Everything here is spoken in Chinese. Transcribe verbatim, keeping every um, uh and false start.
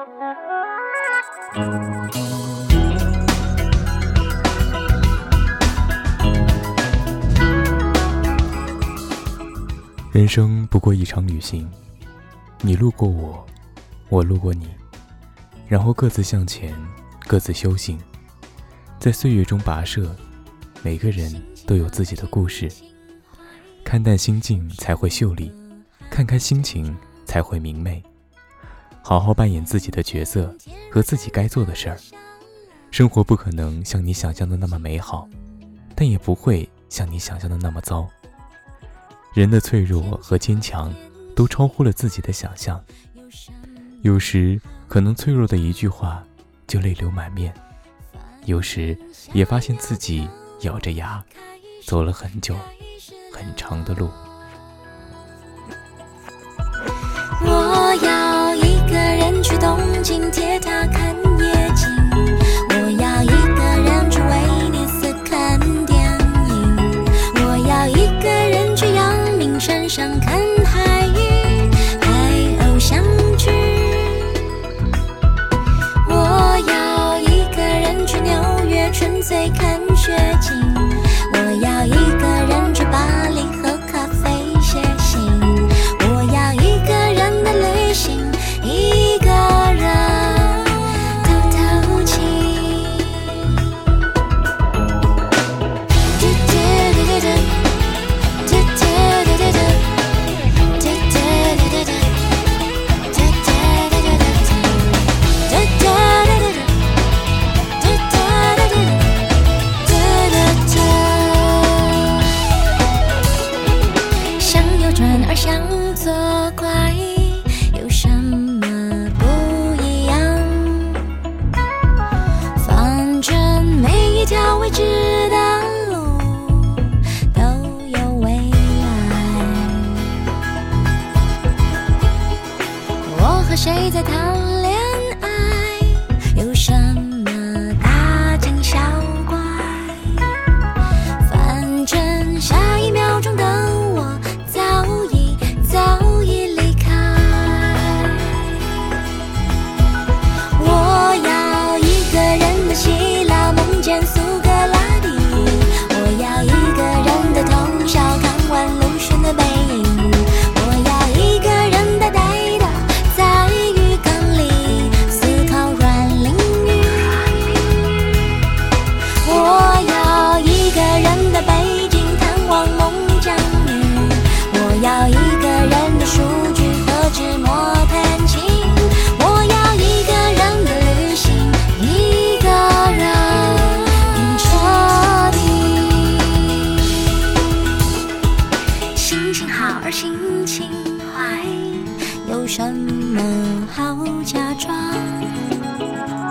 人生不过一场旅行，你路过我，我路过你，然后各自向前，各自修行，在岁月中跋涉，每个人都有自己的故事。看淡心境才会秀丽，看开心情才会明媚。好好扮演自己的角色和自己该做的事儿。生活不可能像你想象的那么美好，但也不会像你想象的那么糟。人的脆弱和坚强都超乎了自己的想象，有时可能脆弱的一句话就泪流满面，有时也发现自己咬着牙走了很久很长的路。 我要一个人去东京铁塔看夜景，我要一个人去威尼斯看电影，我要一个人去阳明山上看海鱼拍偶像剧，我要一个人去纽约纯粹看雪景，我要一个人去巴黎喝咖啡写信，我要一个人的旅行，一个人透透气。向右转而向左拐，有什么不一样？反正每一条未知的路都有未来。我和谁在谈恋爱？有什么大惊小怪？反正下一秒钟的我早已早已离开。我要一个人的希腊梦见苏格拉底，我要一个人的通宵看完鲁迅的背影，我要一个人呆呆的在浴缸里思考阮玲玉，我要一个人的北京探望孟姜女，我要一个人的数据和纸墨弹琴，我要一个人的旅行，一个人晕彻底。心情好而心情坏，有什么好假装？